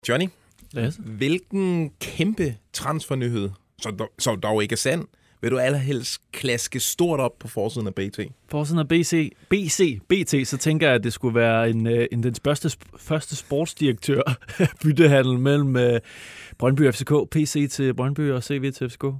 Johnny, yes. Hvilken kæmpe transfernyhed, som dog ikke er sand, vil du allerhelst klaske stort op på forsiden af BT? Forsiden af BT, så tænker jeg, at det skulle være den første sportsdirektør byttehandel mellem Brøndby FCK, PC til Brøndby og CV til FCK.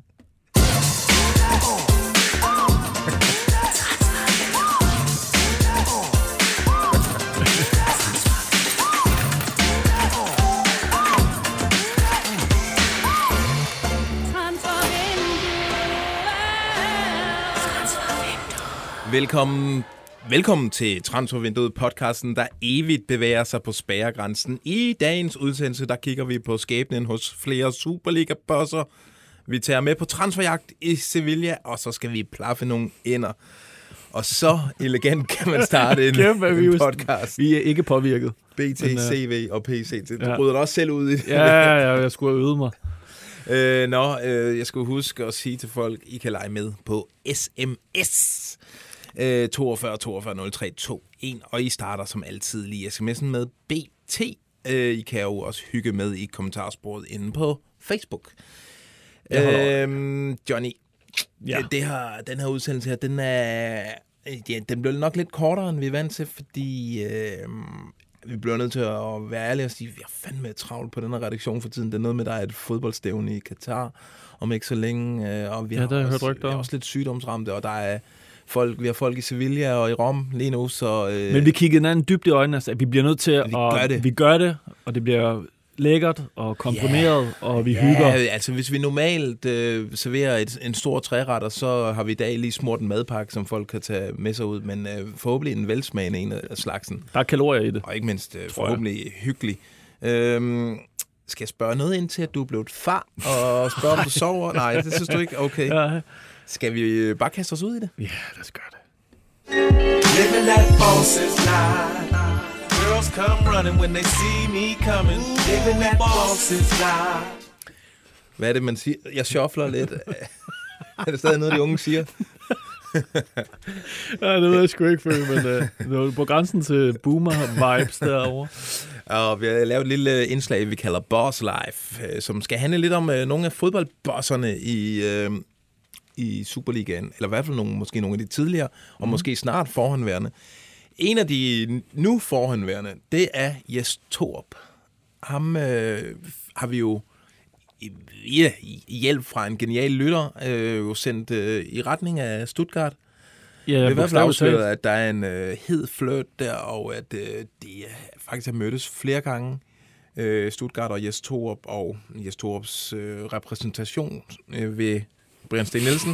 Velkommen til Transfervinduet, podcasten, der evigt bevæger sig på spærregrænsen. I dagens udsendelse, der kigger vi på skæbnen hos flere Superliga-bosser. Vi tager med på transferjagt i Sevilla, og så skal vi plaffe nogle ender. Og så elegant kan man starte en podcast. Vi er ikke påvirket. BT, CV og PC. Du bryder dig også selv ud i det. Ja, jeg skulle have øvet mig. Jeg skulle huske at sige til folk, I kan lege med på SMS 42 42 03 21, og I starter som altid lige sms'en med BT. I kan jo også hygge med i kommentarsporet inde på Facebook. Johnny, den her udsendelse her, den blev nok lidt kortere, end vi er vant til, fordi vi bliver nødt til at være ærlige og sige, at vi har fandme travlt på den her redaktion for tiden. Det er noget med, der er et fodboldstævne i Katar om ikke så længe, og vi har også lidt sygdomsramte, og der er vi har folk i Sevilla og i Rom lige nu, så... Men vi kigger hinanden dybt i øjnene, altså, at vi bliver nødt til at... Vi gør det, og det bliver lækkert og komprimeret, og vi hygger. Ja, altså hvis vi normalt serverer en stor træretter, så har vi i dag lige smurt en madpakke, som folk kan tage med sig ud, men forhåbentlig en velsmagende en af slagsen. Der er kalorier i det. Og ikke mindst forhåbentlig hyggelig. Skal jeg spørge noget ind til, at du er blevet far, og spørge, om du sover? Nej, det synes du ikke? Okay. Ja. Skal vi bare kaste os ud i det? Ja, lad os gøre det. Living that boss's life. Girls come running when they see me coming. Living that boss's life. Hvad er det, man siger? Jeg shuffler lidt. Er det stadig noget, de unge siger? Ja, det ved jeg sgu ikke, men det var på grænsen til boomer-vibes derovre. Og vi har lavet et lille indslag, vi kalder Boss Life, som skal handle lidt om nogle af fodboldbosserne i Superligaen, eller i hvert fald måske nogle af de tidligere, og måske snart forhåndværende. En af de nu forhåndværende, det er Jes Torup. Ham har vi jo i hjælp fra en genial lytter jo sendt i retning af Stuttgart. Ja, vi har i hvert fald afsløret, at der er en hed flirt der, og at de faktisk har mødtes flere gange. Stuttgart og Jes Torup, og Jes Torups repræsentation ved Brian Steen Nielsen.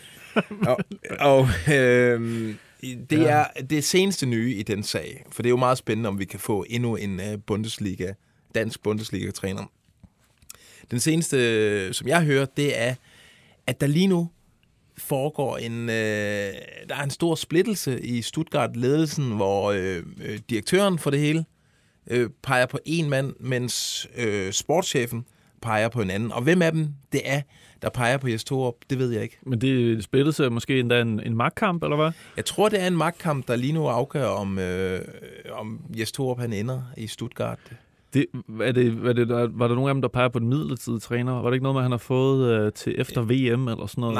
Det er det seneste nye i den sag, for det er jo meget spændende, om vi kan få endnu en dansk Bundesliga-træner. Den seneste, som jeg hører, det er, at der lige nu foregår der er en stor splittelse i Stuttgart-ledelsen, hvor direktøren for det hele peger på en mand, mens sportschefen peger på en anden. Og hvem af dem det er, der peger på Jes Torup, det ved jeg ikke. Men det splittelse måske endda en magtkamp, eller hvad? Jeg tror, det er en magtkamp, der lige nu afgør, om Jes Torup han ender i Stuttgart. Var der nogen af dem, der peger på den midlertidige træner? Var det ikke noget med, han har fået til efter VM eller sådan noget?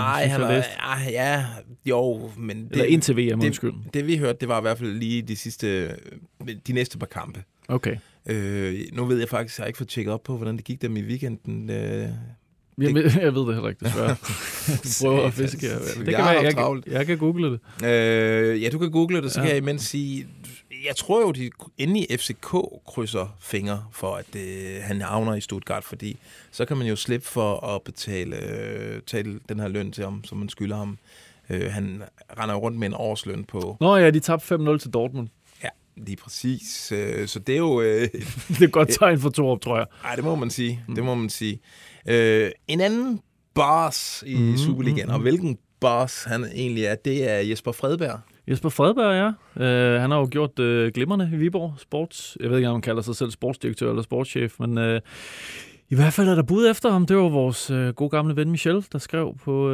Nej, men... Eller indtil VM, undskyld. Det vi hørte, det var i hvert fald lige de næste par kampe. Okay. Nu ved jeg faktisk, jeg har ikke fået tjekket op på, hvordan det gik dem i weekenden. Jeg ved det heller ikke, desværre. Prøver at fiske. Det kan være, jeg kan google det. Ja, du kan google det, så kan jeg imens sige... Jeg tror jo, de inde i FCK krydser fingre for, at han havner i Stuttgart, fordi så kan man jo slippe for at betale den her løn til ham, som man skylder ham. Han render jo rundt med en årsløn på... Nå ja, de tabte 5-0 til Dortmund. Ja, lige præcis. Så det er jo... det er et godt tegn for Torup, tror jeg. Nej, det må man sige. Det må man sige. En anden boss i Superligaen, og hvilken boss han egentlig er, det er Jesper Fredberg. Jesper Fredberg, ja. Han har jo gjort glimrende i Viborg Sports. Jeg ved ikke, om han kalder sig selv sportsdirektør eller sportschef, men i hvert fald er der bud efter ham. Det var vores gode gamle ven Michel, der skrev på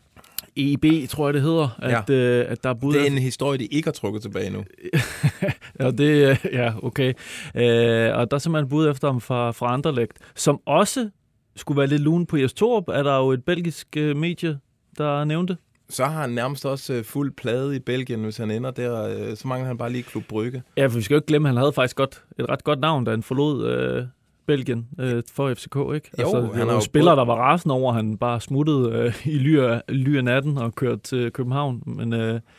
EIB, tror jeg det hedder, at der er bud. Det er en historie, de ikke har trukket tilbage nu. Ja, okay. Og der er simpelthen bud efter ham fra Anderlecht, som også skulle være lidt lun på Jes Torup. Er der jo et belgisk medie, der nævnte? Så har han nærmest også fuld plade i Belgien, hvis han ender der. Så mangler han bare lige Klub Brygge. Ja, for vi skal jo ikke glemme, at han havde faktisk et ret godt navn, da han forlod Belgien for FCK, ikke? Jo, altså, han er jo spillere, der var rasende over, at han bare smuttede i ly af natten og kørte til København. Men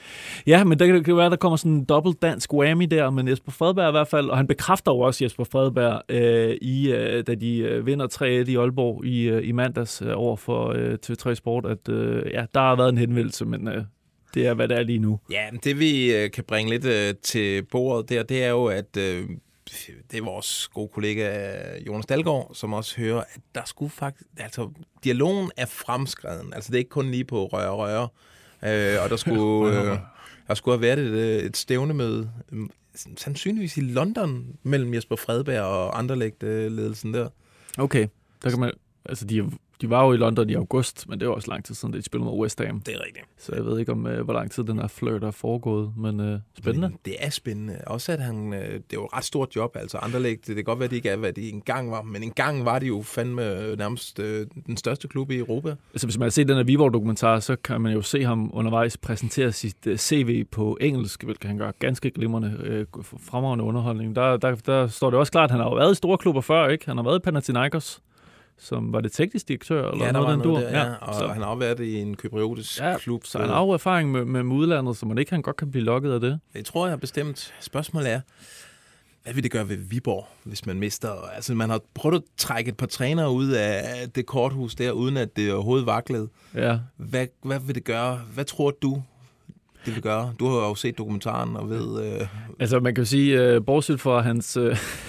men det kan være, der kommer sådan en dobbelt dansk whammy der, men Jesper Fredberg i hvert fald, og han bekræfter jo også Jesper Fredberg, da de vinder 3-1 i Aalborg i mandags over for TV3 Sport, at der har været en henvendelse, men det er, hvad det er lige nu. Ja, det vi kan bringe lidt til bordet der, det er jo, at det er vores gode kollega Jonas Dalgaard, som også hører, at der skulle faktisk, altså dialogen er fremskreden. Altså det er ikke kun lige på røre. Og der skulle have været et stævnemøde, sandsynligvis i London, mellem Jesper Fredberg og Anderlecht-ledelsen der. Okay, der kan man, altså de var jo i London i august, men det var også lang tid siden, da de spillede med West Ham. Det er rigtigt. Så jeg ved ikke, hvor lang tid den her flirt er foregået, men spændende. Men det er spændende. Også at det er jo et ret stort job, altså Anderlecht. Det kan godt være, at det ikke er, hvad det engang var, men engang var det jo fandme nærmest den største klub i Europa. Altså hvis man har set den her Viborg-dokumentar, så kan man jo se ham undervejs præsentere sit CV på engelsk, hvilket han gør ganske glimrende, fremragende underholdning. Der står det også klart, at han har jo været i store klubber før, ikke? Han har været i Panathinaikos, som var det teknisk direktør, eller noget den dur. Ja, og så han har også været i en kypriotisk klub. Så han har jo erfaring med udlandet, så man ikke godt kan blive lokket af det. Det tror jeg bestemt. Spørgsmålet er, hvad vil det gøre ved Viborg, hvis man mister? Altså, man har prøvet at trække et par trænere ud af det korthus der, uden at det overhovedet vaklede. Ja. Hvad vil det gøre? Hvad tror du, det vil gøre? Du har jo set dokumentaren og ved... Altså, man kan jo sige, bortset fra hans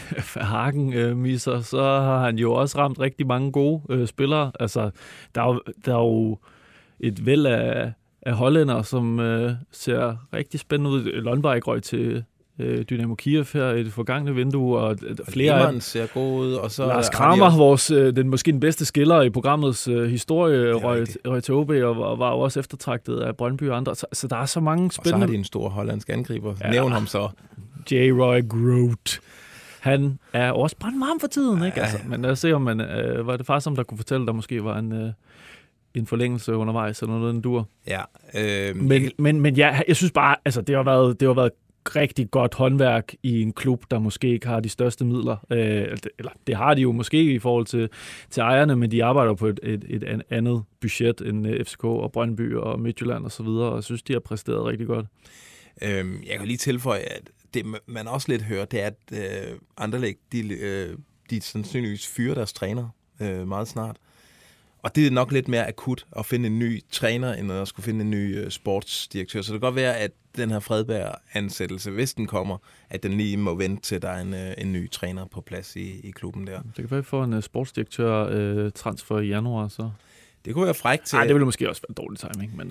Hagen-misser, så har han jo også ramt rigtig mange gode spillere. Altså, der er jo et væld af hollænder, som ser rigtig spændende ud. Lundberg røg til Dynamo Kiev her i det forgangne vindue, og flere af ser god ud, og så Lars Kramer, den måske den bedste skiller i programmets historie, røg til OB, og var jo også eftertragtet af Brøndby og andre. Så der er så mange spændende... Og så har de en stor hollandsk angriber. Ja. Nævn ham så. J. Roy Groot. Han er også brandvarm for tiden, ikke? Altså, men lad os se, om man... var det faktisk, som der kunne fortælle, der måske var en forlængelse undervejs, eller noget, den dur. Ja. Men ja, jeg synes bare, altså, det har været rigtig godt håndværk i en klub, der måske ikke har de største midler. Eller det har de jo måske i forhold til ejerne, men de arbejder på et andet budget end FCK og Brøndby og Midtjylland og så videre, og jeg synes, de har præsteret rigtig godt. Jeg kan lige tilføje, at det man også lidt hører, det er, at Anderlecht, de sandsynligvis fyrer deres træner meget snart. Og det er nok lidt mere akut at finde en ny træner, end at skulle finde en ny sportsdirektør. Så det kan godt være, at den her Fredberg-ansættelse, hvis den kommer, at den lige må vente til, der er en ny træner på plads i klubben der. Det kan være, at vi får en sportsdirektør-transfer i januar, så... Det kunne være frækt til... Nej, det ville måske også være dårlig timing, men...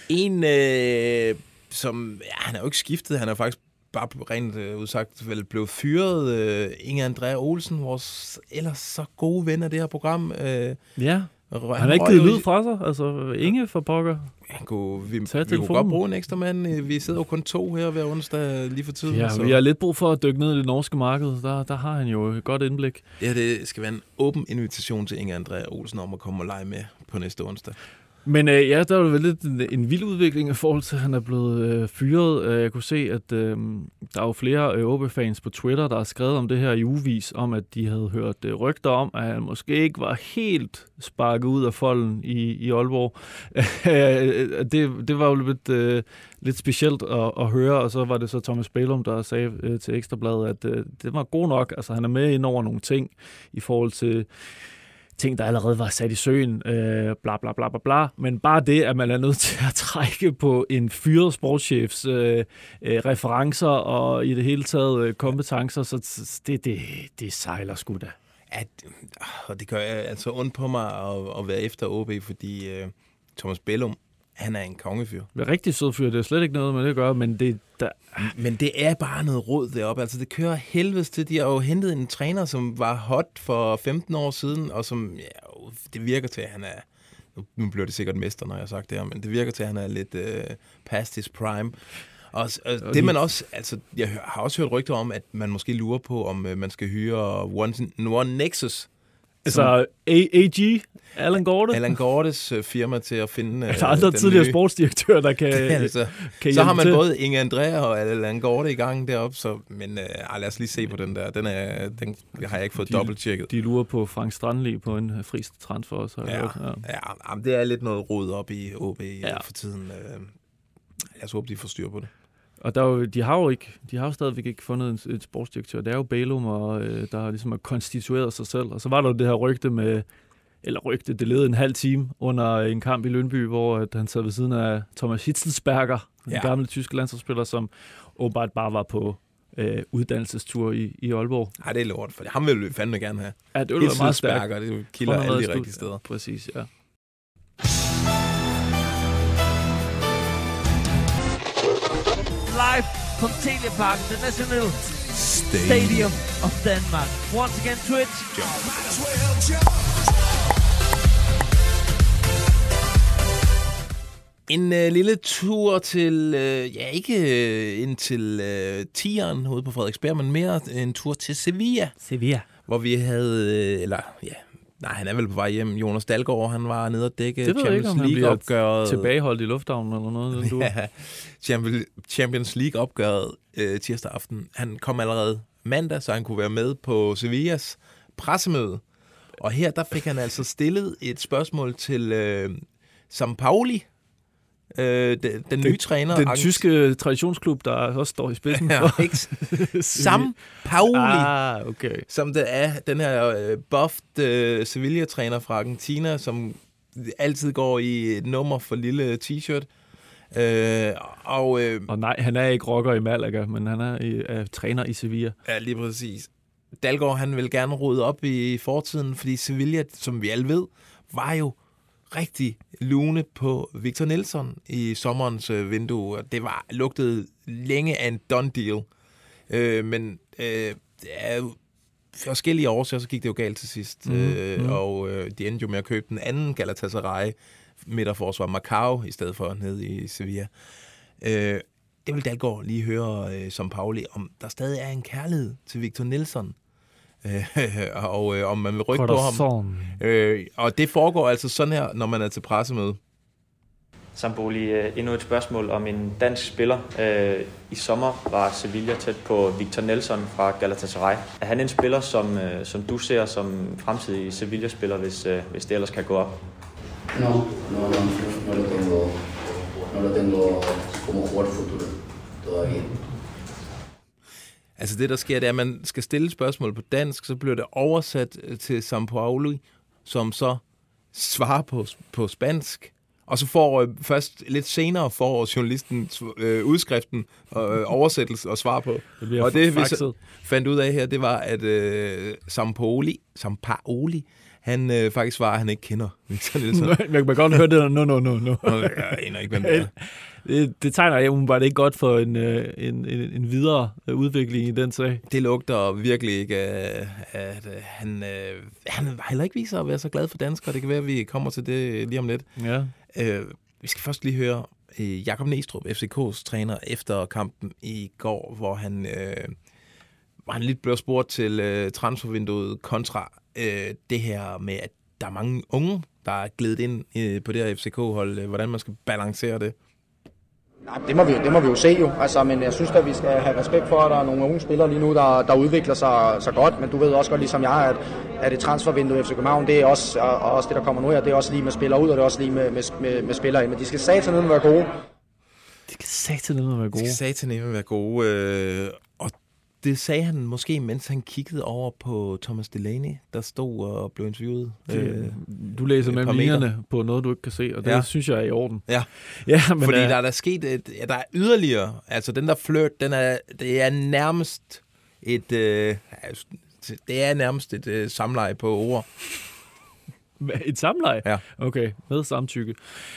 Som... Ja, han er jo ikke skiftet, han er faktisk bare rent udsagt vel blevet fyret. Inger Andrea Olsen, vores ellers så gode ven af det her program. Ja. Han har ikke givet lyd fra sig, altså Inge for pokker. Vi kunne godt bruge en ekstra mand. Vi sidder jo kun 2 her hver onsdag lige for tiden. Ja, så. Vi har lidt brug for at dykke ned i det norske marked. Der har han jo et godt indblik. Ja, det skal være en åben invitation til Inge Andrea Olsen om at komme og lege med på næste onsdag. Men der er jo vel lidt en vild udvikling i forhold til, at han er blevet fyret. Jeg kunne se, at der er jo flere OB-fans på Twitter, der har skrevet om det her i ugevis, om at de havde hørt rygter om, at han måske ikke var helt sparket ud af folden i Aalborg. Det var jo lidt specielt at høre, og så var det så Thomas Bælum, der sagde til Ekstrabladet, at det var god nok. Altså han er med ind over nogle ting i forhold til ting, der allerede var sat i søen, bla bla bla bla bla, men bare det, at man er nødt til at trække på en fyret sportschefs referencer og i det hele taget kompetencer, så det sejler sgu da. Og det gør altså ondt på mig at være efter OB, fordi Thomas Bælum, han er en kongefyr. Det er rigtig sød fyr, det er slet ikke noget med det at gøre, men det er bare noget råd deroppe. Altså det kører helvedes til. De har jo hentet en træner, som var hot for 15 år siden, og som, det virker til, at han er, nu bliver det sikkert mester, når jeg har sagt det her, men det virker til, at han er lidt past his prime. Og det man også, altså jeg har også hørt rygter om, at man måske lurer på, om man skal hyre One Nexus. Altså AG, Allan Gorte? Allan Gortes firma til at finde der er andre tidligere sportsdirektører, der kan altså, kan så har man til. både Inge Andrea og Allan Gorte i gang deroppe, så, men lad os lige se på den der. Den har jeg ikke fået dobbelttjekket. De lurer på Frank Strandli på en fri transfer. Så ja, det er lidt noget rod op i OB for tiden. Jeg håber, de får styr på det. Og de har jo stadigvæk ikke fundet et sportsdirektør. Det er jo Bælum, og der har ligesom konstitueret sig selv. Og så var der jo det her rygte, det levede en halv time under en kamp i Lyngby, hvor han sad ved siden af Thomas Hitzelsberger, den gamle tyske landsholdsspiller, som åbenbart bare var på uddannelsestur i Aalborg. Nej, det er lort, for ham vil vi fandme gerne have. Ja, det var meget stærkt. Det er jo kilder alle de rigtige steder. Præcis, ja. Live from Teleparken, the National Stadium of Denmark. Once again, Twitch. En lille tur til, ikke ind til Tieren ude på Frederiksberg, men mere en tur til Sevilla. Hvor vi havde, han er vel på vej hjem. Jonas Dalgaard, han var nede og dække Champions League-opgøret. Tilbageholdt i lufthavnen eller noget. Champions League-opgøret tirsdag aften. Han kom allerede mandag, så han kunne være med på Sevillas pressemøde. Og her, der fik han altså stillet et spørgsmål til Sampaoli, den nye træner. Den tyske traditionsklub, der også står i spidsen for. Sampaoli, okay. som det er den her buffed Sevilla-træner fra Argentina, som altid går i et nummer for lille t-shirt. Og nej, han er ikke rocker i Malaga, men han er træner i Sevilla. Ja, lige præcis. Dalgaard, han vil gerne rydde op i fortiden, fordi Sevilla, som vi alle ved, var jo rigtig lune på Victor Nelsson i sommerens vindue. Det lugtede længe af en done deal. Men af forskellige årsager, så gik det jo galt til sidst. Og de endte jo med at købe den anden Galatasaray midterforsvar Macau i stedet for nede i Sevilla. Det vil Dalgaard lige høre som Pauli, om der stadig er en kærlighed til Victor Nelsson. Og om man vil rykke på ham. Og det foregår altså sådan her, når man er til pressemøde. Sampaoli, endnu et spørgsmål om en dansk spiller. I sommer var Sevilla tæt på Victor Nelsson fra Galatasaray. Er han en spiller, som du ser som fremtidig Sevilla-spiller, hvis det ellers kan gå op? No lo tengo como jugador futuro todavía. Altså det, der sker, det er, at man skal stille spørgsmål på dansk, så bliver det oversat til Sampaoli, som så svarer på spansk. Og så først lidt senere får journalisten udskriften og oversættelse og svar på. Og det vi så fandt ud af her, det var, at Sampaoli, han faktisk svarer, at han ikke kender Victor Nelsson. Man kan godt høre det. No. Jeg aner ikke, hvem det er. Det tegner jeg umiddelbart ikke godt for en videre udvikling i den sag. Det lugter virkelig ikke, at han heller ikke viser at være så glad for danskere. Det kan være, at vi kommer til det lige om lidt. Ja. Vi skal først lige høre Jakob Næstrup, FCK's træner, efter kampen i går, hvor han lidt blev spurgt til transfervinduet kontra det her med, at der er mange unge, der er glædet ind på det her FCK-hold. Hvordan man skal balancere det? Nej, det må vi jo se jo. Altså, men jeg synes at vi skal have respekt for, at der er nogle unge spillere lige nu, der udvikler sig så godt. Men du ved også godt, ligesom jeg, at et transfervindue i FC København, det er også det, der kommer nu her. Det er også lige med spillere ud, og det er også lige med spillere ind. Men de skal satanede være gode. Og det sagde han måske, mens han kiggede over på Thomas Delaney, der stod og blev interviewet. Du læser mellem linjerne på noget, du ikke kan se, og det synes jeg er i orden. Ja, men fordi der er sket der er yderligere. Altså den der flirt, det er nærmest et samleje på ord. Et samleje? Ja. Okay, med samtykke.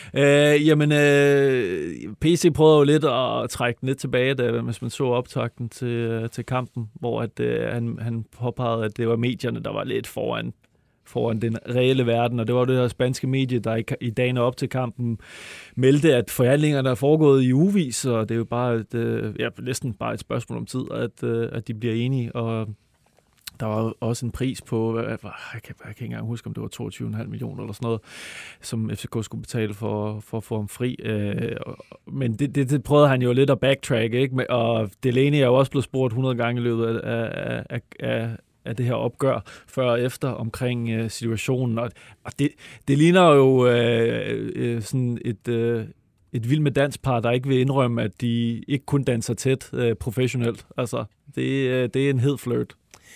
PC prøvede jo lidt at trække den lidt tilbage, hvis man så optakten til kampen, hvor han påpegede, at det var medierne, der var lidt foran den reelle verden, og det var det her spanske medie, der i dagene op til kampen meldte, at forhandlingerne er foregået i ugevis, og det er jo bare næsten bare et spørgsmål om tid, at de bliver enige, og der var også en pris på, jeg kan ikke engang huske, om det var 22,5 millioner eller sådan noget, som FCK skulle betale for at få ham fri. Men det prøvede han jo lidt at backtrack, ikke? Og Delaney er jo også blevet spurgt 100 gange i løbet af det her opgør før og efter omkring situationen. Og det ligner jo sådan et vild med danspar, der ikke vil indrømme, at de ikke kun danser tæt professionelt. Altså, det er en hed flirt.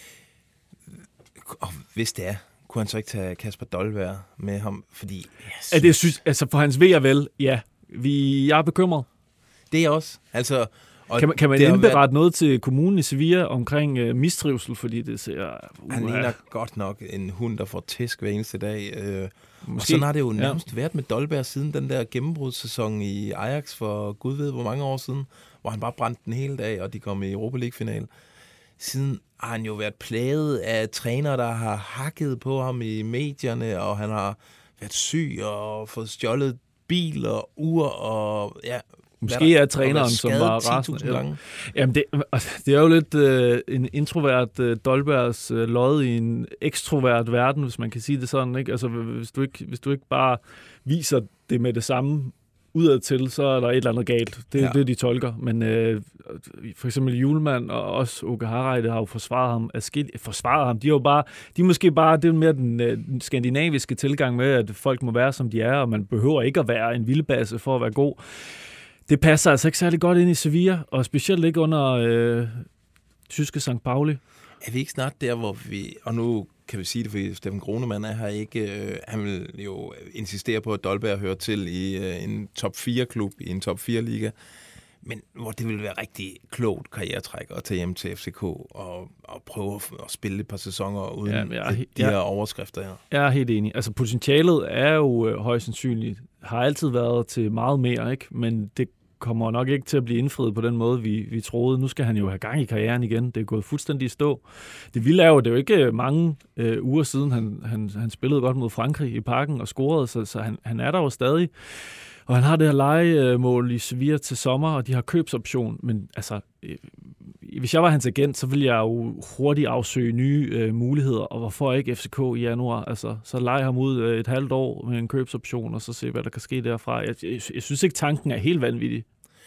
Og hvis det er, kunne han så ikke tage Kasper Dolberg med ham? Fordi for hans ved og vel, ja. Jeg er bekymret. Det er jeg også. Altså, og kan man indberette noget til kommunen i Sevilla omkring mistrivsel, fordi det ser... Han ligner godt nok en hund, der får tæsk hver eneste dag. Og sådan har det jo nærmest været med Dolberg siden den der gennembrudssæson i Ajax for gud ved hvor mange år siden, hvor han bare brændte den hele dag, og de kom i Europa League-final. Siden har han jo været plaget af trænere, der har hakket på ham i medierne, og han har været syg og fået stjålet bil og ur og måske er træneren, som var rasende. Jamen det er jo lidt en introvert Dolbergs lod i en ekstrovert verden, hvis man kan sige det sådan, ikke? Altså hvis du ikke bare viser det med det samme udadtil, så er der et eller andet galt. Det er det, de tolker. Men for eksempel Hjulmand og også Åke Hareide har jo forsvaret ham. De er måske bare det mere den skandinaviske tilgang med, at folk må være, som de er, og man behøver ikke at være en vildbasse for at være god. Det passer altså ikke særlig godt ind i Sevilla, og specielt ikke under tyske St. Pauli. Er vi ikke snart der, hvor vi... Og nu kan vi sige det, fordi Steffen Gronemann er her ikke... han vil jo insistere på, at Dolberg hører til i en top 4-klub, i en top 4-liga. Men hvor det vil være rigtig klogt karrieretræk at tage hjem til FCK og prøve at spille et par sæsoner uden de her overskrifter her. Jeg er helt enig. Altså potentialet er jo højst sandsynligt. Har altid været til meget mere, ikke? Men det kommer nok ikke til at blive indfriet på den måde, vi troede. Nu skal han jo have gang i karrieren igen. Det er gået fuldstændig i stå. Det vilde er jo, det er jo ikke mange uger siden, han spillede godt mod Frankrig i Parken og scorede, så han er der jo stadig. Og han har det her lejemål i Sevilla til sommer, og de har købsoption. Men altså, hvis jeg var hans agent, så ville jeg jo hurtigt afsøge nye muligheder. Og hvorfor ikke FCK i januar? Altså, så leje ham ud et halvt år med en købsoption, og så se, hvad der kan ske derfra. Jeg synes ikke, tanken er helt vanvittig.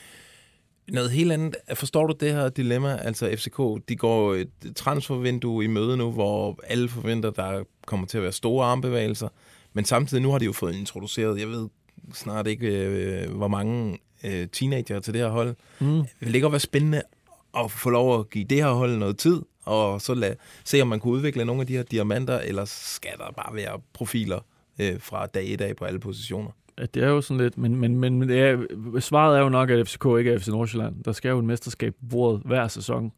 Noget helt andet. Forstår du det her dilemma? Altså FCK, de går et transfervindue i møde nu, hvor alle forventer, der kommer til at være store armbevægelser. Men samtidig nu har de jo fået introduceret, jeg ved snart ikke, hvor mange teenager til det her hold. Det vil ikke være spændende at få lov at give det her hold noget tid, og så se, om man kan udvikle nogle af de her diamanter, eller skal der bare være profiler fra dag i dag på alle positioner? Ja, det er jo sådan lidt, men svaret er jo nok, at FCK ikke er FC Nordsjælland. Der skal jo en mesterskab på bordet hver sæson.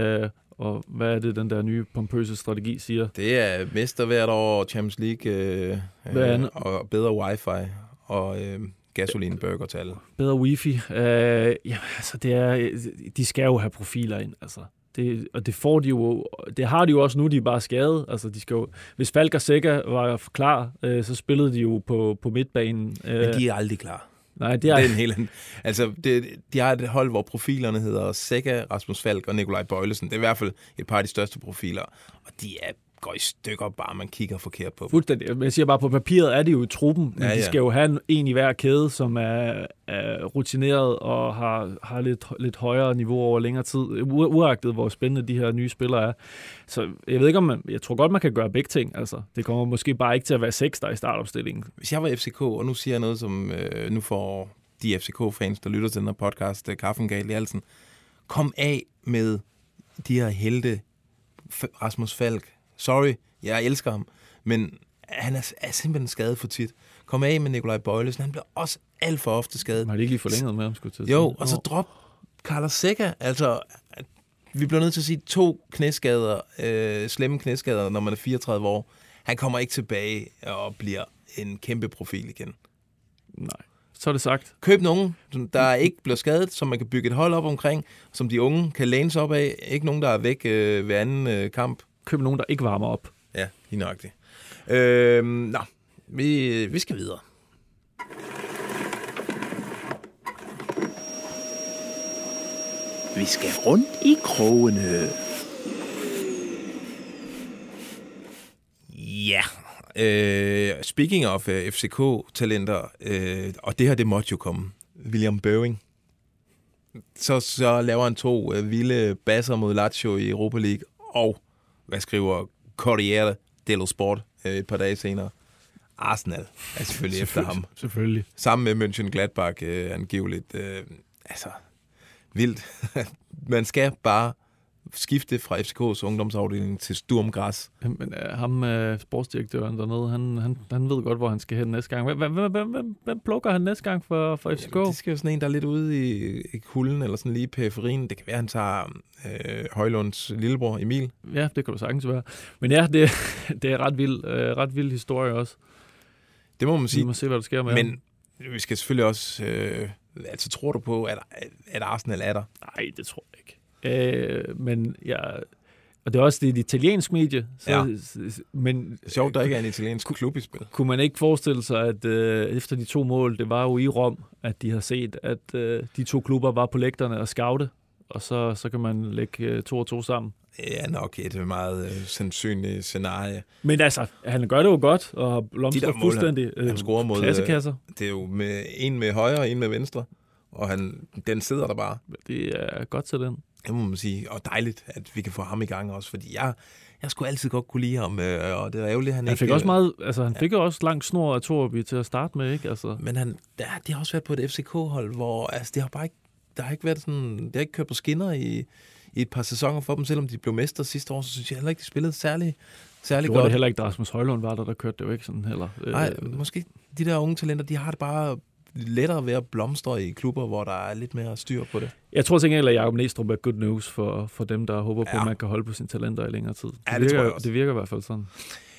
Og hvad er det, den der nye pompøse strategi siger? Det er mester hvert år, Champions League, og bedre wifi, og gasolinburger til alle. Bedre wifi. Altså de skal jo have profiler ind, altså. Det får de jo, det har de jo også nu, de er bare skadet. Altså, de skal jo, hvis Falk og Seca var klar, så spillede de jo på midtbanen. Men de er aldrig klar. Nej, det er en helt anden. Altså, de har et hold, hvor profilerne hedder Seca, Rasmus Falk og Nikolaj Bøjlesen. Det er i hvert fald et par af de største profiler, og de går i stykker, bare man kigger forkert på dem. Fuldstændig. Men jeg siger bare, på papiret er de jo i truppen, men de skal jo have en i hver kæde, som er rutineret og har lidt højere niveau over længere tid, uagtet hvor spændende de her nye spillere er. Så jeg ved ikke, jeg tror godt, man kan gøre begge ting. Altså, det kommer måske bare ikke til at være 6 der i startopstillingen. Hvis jeg var FCK, og nu siger jeg noget, som nu får de FCK-fans, der lytter til den her podcast, kaffen galt i halsen, kom af med de her helte, Rasmus Falk. Sorry, jeg elsker ham, men han er simpelthen skadet for tit. Kom af med Nikolaj Bøjlesen, han bliver også alt for ofte skadet. Har de ikke lige forlænget med ham, skulle jeg til? Jo, og så drop Carlos Seca. Altså, vi bliver nødt til at sige 2 knæskader, slemme knæskader, når man er 34 år. Han kommer ikke tilbage og bliver en kæmpe profil igen. Nej, så er det sagt. Køb nogen, der ikke bliver skadet, som man kan bygge et hold op omkring, som de unge kan læne sig op af. Ikke nogen, der er væk ved anden kamp. Køb nogen, der ikke varmer op. Ja, lige nøjagtigt. Vi skal videre. Vi skal rundt i krogene. Ja. Speaking of FCK-talenter, og det her, det måtte jo komme. William Bøving. Så laver han 2 vilde basser mod Lazio i Europa League, og hvad skriver Corriere dello Sport et par dage senere? Arsenal er selvfølgelig efter ham. Selvfølgelig. Sammen med Mönchengladbach angiveligt. Vildt. Man skal bare skifte fra FCK's ungdomsafdeling til Sturm Graz. Men ham, sportsdirektøren dernede, han ved godt, hvor han skal hen næste gang. Hvem plukker han næste gang for FCK? Det skal jo sådan en, der er lidt ude i kulden, eller sådan lige i periferien. Det kan være, han tager Højlunds lillebror Emil. Ja, det kan du sagtens være. Men ja, det er ret vild historie også. Det må man sige. Vi må se, hvad der sker med Men vi skal selvfølgelig også... tror du på, at Arsenal er der? Nej, det tror jeg ikke. Men ja, og det er også et italiensk medie. Men sjovt, der ikke er en italiensk klub i spil. Kunne man ikke forestille sig, at efter de 2 mål, det var jo i Rom, at de har set, at de 2 klubber var på lægterne og scoute, og så kan man lægge 2 og 2 sammen. Ja, nok et meget sandsynligt scenarie. Men altså, han gør det jo godt, og har blomstret fuldstændig. Han scorer mod klassekasser. Det er jo en med højre og en med venstre, og den sidder der bare. Det er godt til den. Det må man sige, og dejligt, at vi kan få ham i gang også, fordi jeg skulle altid godt kunne lide ham, og det er ærgerligt, han fik også meget, altså han fik jo også lang snor af Torby til at starte med, ikke? Altså. Men det har også været på et FCK-hold, hvor altså, det har bare ikke, der har ikke været sådan, det har ikke kørt på skinner i et par sæsoner for dem, selvom de blev mestre sidste år, så synes jeg heller ikke, de spillede særlig godt. Det heller ikke, Rasmus Højlund var der kørte det jo ikke sådan heller. Nej, måske de der unge talenter, de har det bare lettere ved at blomstre i klubber, hvor der er lidt mere styr på det. Jeg tror til gengæld, at Jacob Næstrup er good news for dem, der håber på, at man kan holde på sine talenter i længere tid. Det virker i hvert fald sådan.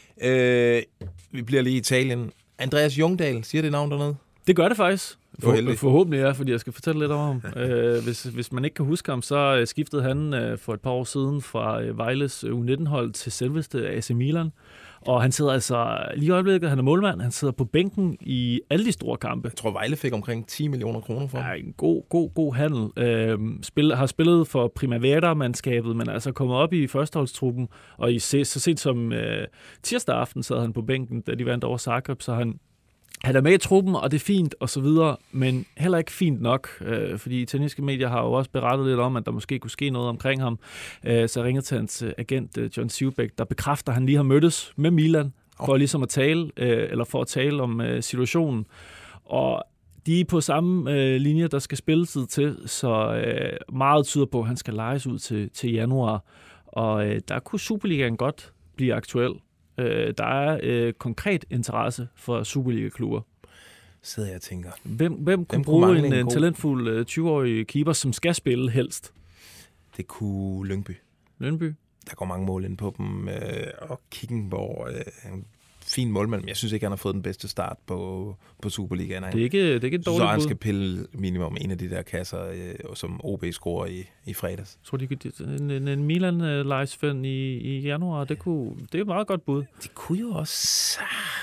Vi bliver lige i Italien. Andreas Jungdahl, siger det navn dernede? Det gør det faktisk. Forhåbentlig ja, fordi jeg skal fortælle lidt om ham. Hvis man ikke kan huske ham, så skiftede han for et par år siden fra Vejles U19-hold til selveste AC Milan. Og han sidder altså, lige i øjeblikket, han er målmand, han sidder på bænken i alle de store kampe. Jeg tror, Vejle fik omkring 10 millioner kroner for ham. Ja, en god handel. Har spillet for Primavera-mandskabet, men altså kommet op i førsteholdstruppen, og så sent som tirsdag aften sad han på bænken, da de vandt over Zagreb, så han er med i truppen, og det er fint, og så videre, men heller ikke fint nok, fordi italienske medier har jo også berettet lidt om, at der måske kunne ske noget omkring ham. Så jeg ringede til hans agent, John Sivbæk, der bekræfter, at han lige har mødtes med Milan, for ligesom at tale om situationen. Og de er på samme linje, der skal spilletid til, så meget tyder på, at han skal lejes ud til januar. Og der kunne Superligaen godt blive aktuel. Der er konkret interesse for Superliga-klubber. Sidder jeg og tænker. Hvem kunne bruge en talentfuld 20-årig keeper, som skal spille helst? Det kunne Lyngby. Der går mange mål ind på dem. Og Kickenborg, en fin målmand. Jeg synes ikke, han har fået den bedste start på Superligaen. Det er ikke et dårligt bud. Så han skal pille minimum en af de der kasser, som OB scorer i fredags. Jeg tror, en Milan-lejesfænd i januar, det er et meget godt bud. Det kunne jo også...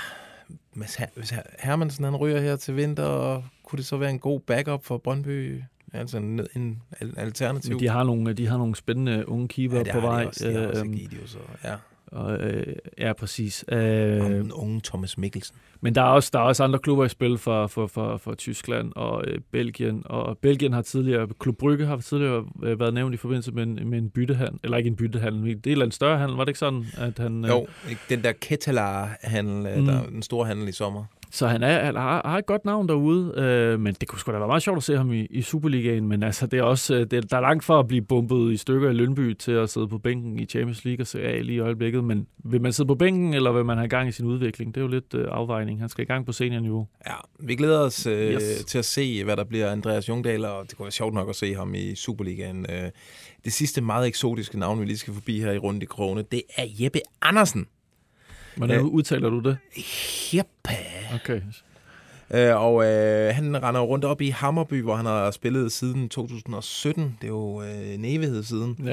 Hvis Hermansen han ryger her til vinter, kunne det så være en god backup for Brøndby? Altså en alternativ? Men de har nogle spændende unge keeper på vej. Det har også Gidius, ja. Ja, præcis. Den unge Thomas Mikkelsen. Men der er også andre klubber i spil for Tyskland og Belgien. Og Belgien har tidligere, Klub Brygge har tidligere været nævnt i forbindelse med en byttehandel. Eller ikke en byttehandel, det er en eller anden større handel. Var det ikke sådan, at han... Jo, den der Kettelar-handel, der er den store handel i sommer. Så han har et godt navn derude, men det kunne sgu da være meget sjovt at se ham i Superligaen, men altså, det er også, der er langt for at blive bumpet i stykker i Lyngby til at sidde på bænken i Champions League og se af lige i øjeblikket, men vil man sidde på bænken, eller vil man have gang i sin udvikling? Det er jo lidt afvejning. Han skal i gang på seniorniveau. Ja, vi glæder os til at se, hvad der bliver Andreas Jungdahl, og det kunne være sjovt nok at se ham i Superligaen. Det sidste meget eksotiske navn, vi lige skal forbi her i Rundt i Krogene, det er Jeppe Andersen. Hvordan udtaler du det? Jeppe. Okay. Og han render rundt op i Hammarby, hvor han har spillet siden 2017. Det er jo en evighed siden.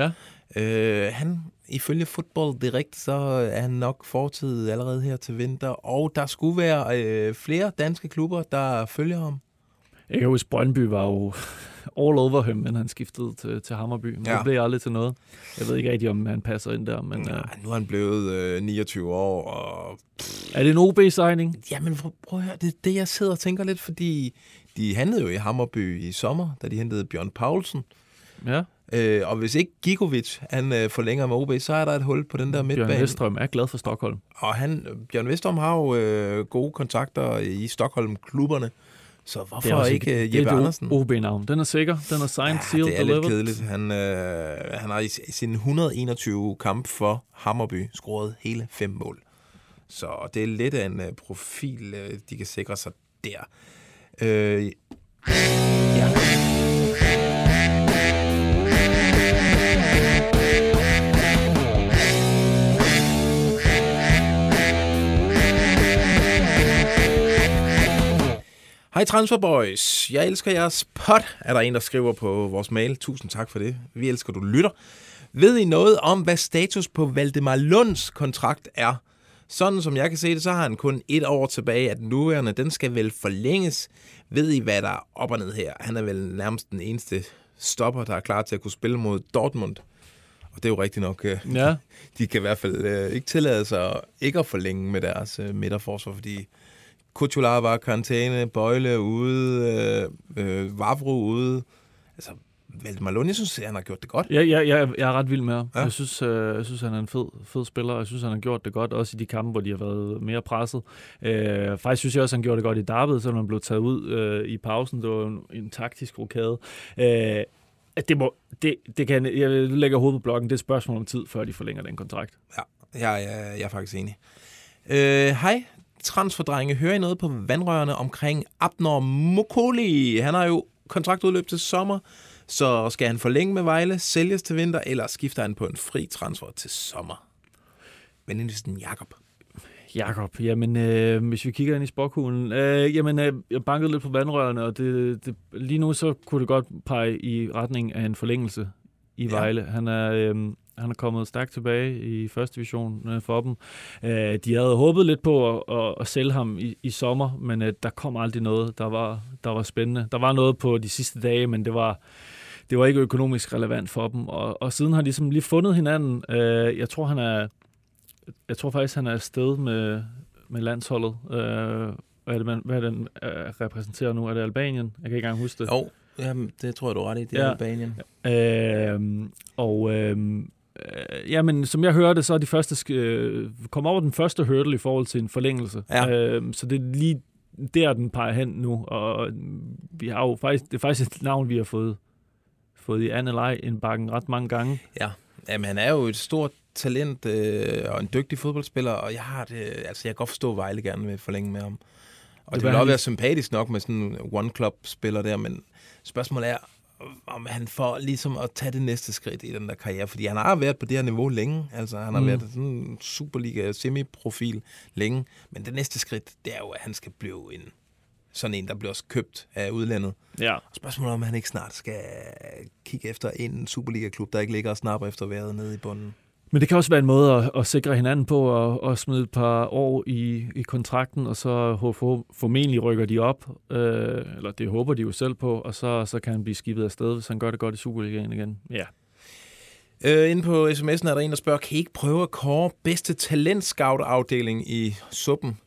Han, ifølge Football Direct, så er han nok fortid allerede her til vinter, og der skulle være flere danske klubber, der følger ham. Jeg kan huske, Brøndby var jo all over ham, men han skiftede til Hammarby. Men det blev aldrig til noget. Jeg ved ikke rigtig, om han passer ind der. Men, nu er han blevet 29 år. Og er det en OB-signing? Jamen, prøv at høre. Det er det, jeg sidder og tænker lidt, fordi de handlede jo i Hammarby i sommer, da de hentede Bjørn Paulsen. Ja. Og hvis ikke Gigovic han forlænger med OB, så er der et hul på den der midtbane. Bjørn Westrøm er glad for Stockholm. Og Bjørn Westrøm har jo gode kontakter i Stockholm-klubberne. Så hvorfor ikke Jeppe Andersen? Det er OB-navn. Den er sikker. Den er signed, sealed, det er delivered. lidt kedeligt. Han har i sine 121 kampe for Hammarby scoret hele 5 mål. Så det er lidt af en profil, de kan sikre sig der. Ja. Hej Transfer Boys, jeg elsker jeres pod, er der en, der skriver på vores mail. Tusind tak for det. Vi elsker, du lytter. Ved I noget om, hvad status på Valdemar Lunds kontrakt er? Sådan som jeg kan se det, så har han kun 1 år tilbage af den nuværende. Den skal vel forlænges. Ved I, hvad der er op og ned her? Han er vel nærmest den eneste stopper, der er klar til at kunne spille mod Dortmund. Og det er jo rigtigt nok. Ja. De kan i hvert fald ikke tillade sig ikke at forlænge med deres midterforsvar, fordi Kutular var karantæne, Bøjle ude, Vavro ude. Altså, Valdemar Lund, jeg synes, han har gjort det godt. Jeg er ret vild med ham. Ja. Jeg synes, han er en fed spiller, og jeg synes, han har gjort det godt, også i de kampe, hvor de har været mere presset. Faktisk synes jeg også, han gjorde det godt i derbyet, selvom han blev taget ud i pausen. Det var en taktisk rokade. Det kan jeg lægger hovedet på blokken. Det er et spørgsmål om tid, før de forlænger den kontrakt. Ja, jeg er faktisk enig. Hej. Transferdrenge, hører I noget på vandrørene omkring Abner Mokoli? Han har jo kontraktudløb til sommer, så skal han forlænge med Vejle, sælges til vinter, eller skifter han på en fri transfer til sommer? Men det er sådan Jakob, jamen, hvis vi kigger ind i spåkuglen, jeg bankede lidt på vandrørene, og lige nu så kunne det godt pege i retning af en forlængelse i Vejle. Han er kommet stærkt tilbage i første division for dem. De havde håbet lidt på at sælge ham i sommer, men der kom aldrig noget, der var spændende. Der var noget på de sidste dage, men det var ikke økonomisk relevant for dem. Og siden har de ligesom lige fundet hinanden. Jeg tror faktisk, han er afsted med landsholdet. Hvad den repræsenterer nu? Er det Albanien? Jeg kan ikke engang huske det. Jo, jamen, det tror jeg, du er ret i. Det er Albanien. Men som jeg hørte, så er de første kom over den første hurdle i forhold til en forlængelse. Ja. Så det er lige der, den peger hen nu. Og vi har jo faktisk, det er faktisk et navn, vi har fået i Annelej-indbakken ret mange gange. Ja, jamen han er jo et stort talent og en dygtig fodboldspiller, og jeg kan godt forstå, at Vejle gerne vil forlænge med ham. Og det vil også være sympatisk nok med sådan en one-club-spiller der, men spørgsmålet er, om han får ligesom at tage det næste skridt i den der karriere, fordi han har været på det her niveau længe, altså han har været sådan en Superliga semi-profil længe, men det næste skridt, det er jo, at han skal blive sådan en, der bliver også købt af udlandet. Ja. Og spørgsmålet er, om han ikke snart skal kigge efter en Superliga-klub, der ikke ligger og snapper efter vejret nede i bunden. Men det kan også være en måde at sikre hinanden på og smide et par år i kontrakten, og så formentlig rykker de op, eller det håber de jo selv på, og så kan han blive skibet afsted, hvis han gør det godt i Superligaen igen. Ja. Inde på sms'en er der en, der spørger, kan I ikke prøve at kåre bedste talentscout-afdeling i suppen?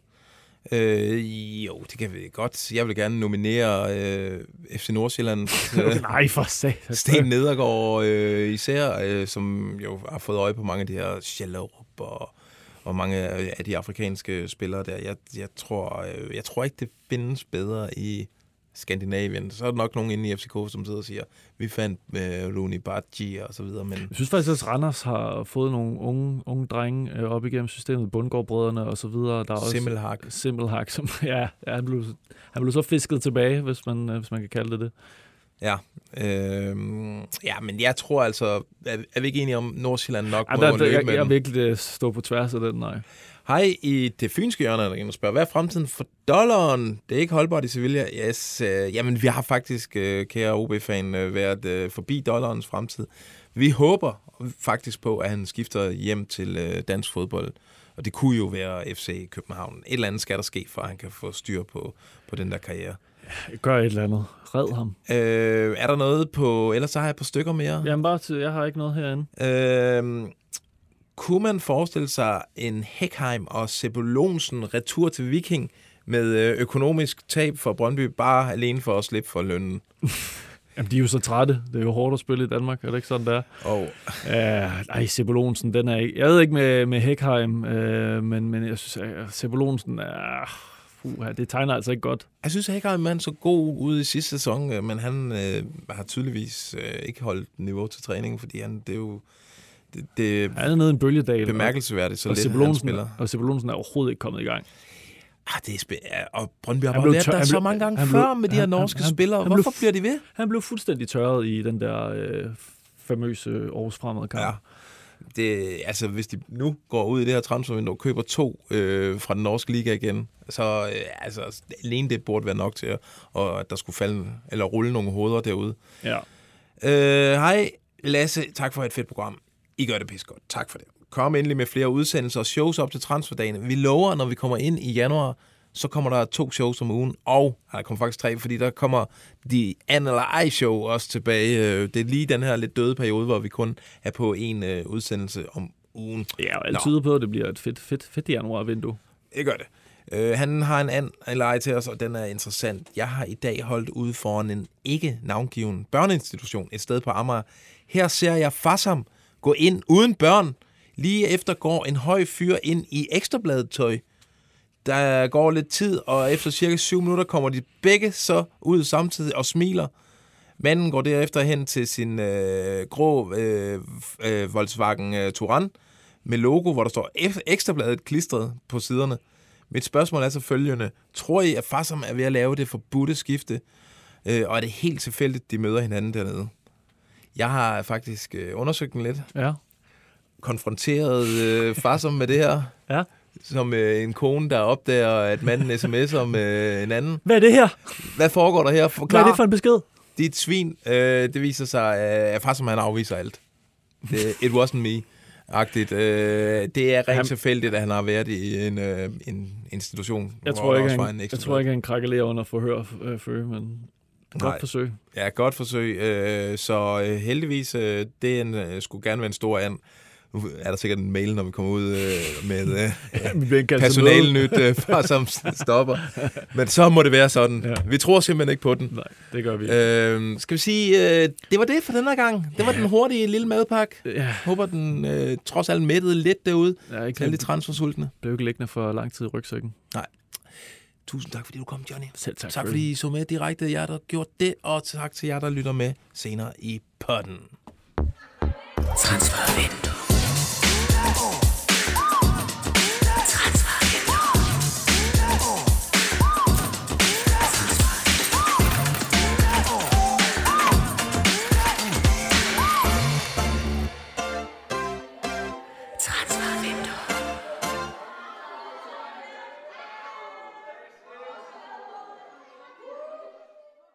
Jo, det kan vi godt. Jeg vil gerne nominere FC Nordsjælland. Nej, for sat. Sten Nedergaard især, som jo har fået øje på mange af de her Schellerup og mange af de afrikanske spillere der. Jeg tror ikke, det findes bedre i Skandinavien. Så er der nok nogen inde i FCK, som sidder og siger, vi fandt Rooney Badji og så videre. Men jeg synes faktisk, at Randers har fået nogle unge drenge op igennem systemet, Bundgaard-brødrene og så videre. Der er Simmelhak, som han blev så fisket tilbage, hvis man kan kalde det. Ja, men jeg tror altså, er vi ikke enige om Nordsjælland nok må løbe med jeg vil ikke stå på tværs af den, nej. Hej, i det fynske hjørne er der en, der spørger, hvad er fremtiden for dollaren? Det er ikke holdbart i Sevilla. Yes, jamen vi har faktisk, kære OB-fan, været forbi dollarens fremtid. Vi håber faktisk på, at han skifter hjem til dansk fodbold. Og det kunne jo være FC København. Et eller andet skal der ske, for at han kan få styr på den der karriere. Gør et eller andet. Red ham. Er der noget på... Ellers så har jeg et par stykker mere. Jamen jeg har ikke noget herinde. Kunne man forestille sig en Hækheim og Sebulonsen retur til Viking med økonomisk tab for Brøndby, bare alene for at slippe for lønnen? Jamen, de er jo så trætte. Det er jo hårdt at spille i Danmark. Er det ikke sådan, der? Sebulonsen, den er ikke... Jeg ved ikke med Hækheim, men jeg synes, at Sebulonsen er... det tegner altså ikke godt. Jeg synes, at Hækheim er så god ude i sidste sæson, men han har tydeligvis ikke holdt niveau til træning, fordi han han er nede i en bølgedal. Bemærkelsesværdigt, så lidt han spiller. Og Sebulonsen er overhovedet ikke kommet i gang. Det er og Brøndby har bare været der så mange gange før med de her norske spillere. Hvorfor bliver de ved? Han blev fuldstændig tørret i den der famøse Aarhus Fremad kamp. Ja. Hvis de nu går ud i det her transfervindue og køber 2 fra den norske liga igen, så alene det burde være nok til, at der skulle falde eller rulle nogle hoveder derude. Ja. Hej Lasse, tak for et fedt program. I gør det pisse godt. Tak for det. Kom endelig med flere udsendelser og shows op til transferdagene. Vi lover, når vi kommer ind i januar, så kommer der 2 shows om ugen, og der kommer faktisk 3, fordi der kommer de An eller Ej show også tilbage. Det er lige den her lidt døde periode, hvor vi kun er på en udsendelse om ugen. Ja, og alt tyder på, at det bliver et fedt januar-vindue. Det gør det. Han har en An eller Ej til os, og den er interessant. Jeg har i dag holdt ude foran en ikke navngiven børneinstitution et sted på Amager. Her ser jeg Fassam gå ind uden børn. Lige efter går en høj fyr ind i Ekstrabladet tøj. Der går lidt tid, og efter cirka 7 minutter kommer de begge så ud samtidig og smiler. Manden går derefter hen til sin grå Volkswagen Touran med logo, hvor der står Ekstrabladet klistret på siderne. Mit spørgsmål er så følgende. Tror I, at Fassam er ved at lave det forbudte skifte? Og er det helt tilfældigt, de møder hinanden dernede? Jeg har faktisk undersøgt den lidt. Ja. Konfronteret Fassam med det her. Ja. Som en kone, der opdager, at manden sms'er med en anden. Hvad er det her? Hvad foregår der her? Forklar. Hvad er det for en besked? Det er et svin. Det viser sig, at Fassam han afviser alt. It wasn't me-agtigt. Det er rent tilfældigt, at han har været i en institution. Jeg tror ikke, han krakelerer under forhør, men godt forsøg. Ja, godt forsøg. Så heldigvis, det skulle gerne være en stor and. Nu er der sikkert en mail, når vi kommer ud med personalnyt fra som stopper. Men så må det være sådan. Ja. Vi tror simpelthen ikke på den. Nej, det gør vi. Skal vi sige, det var det for denne gang. Det var den hurtige lille madpakke. Ja. Håber, den trods alt mættede lidt derude. Ja, ikke alle de transfersultne. Blev ikke liggende for lang tid i rygsækken. Nej. Tusind tak, fordi du kom, Johnny. Selv tak. Tak, fordi I så med direkte, jer der gjort det. Og tak til jer, der lytter med senere i podden. Transfervindue.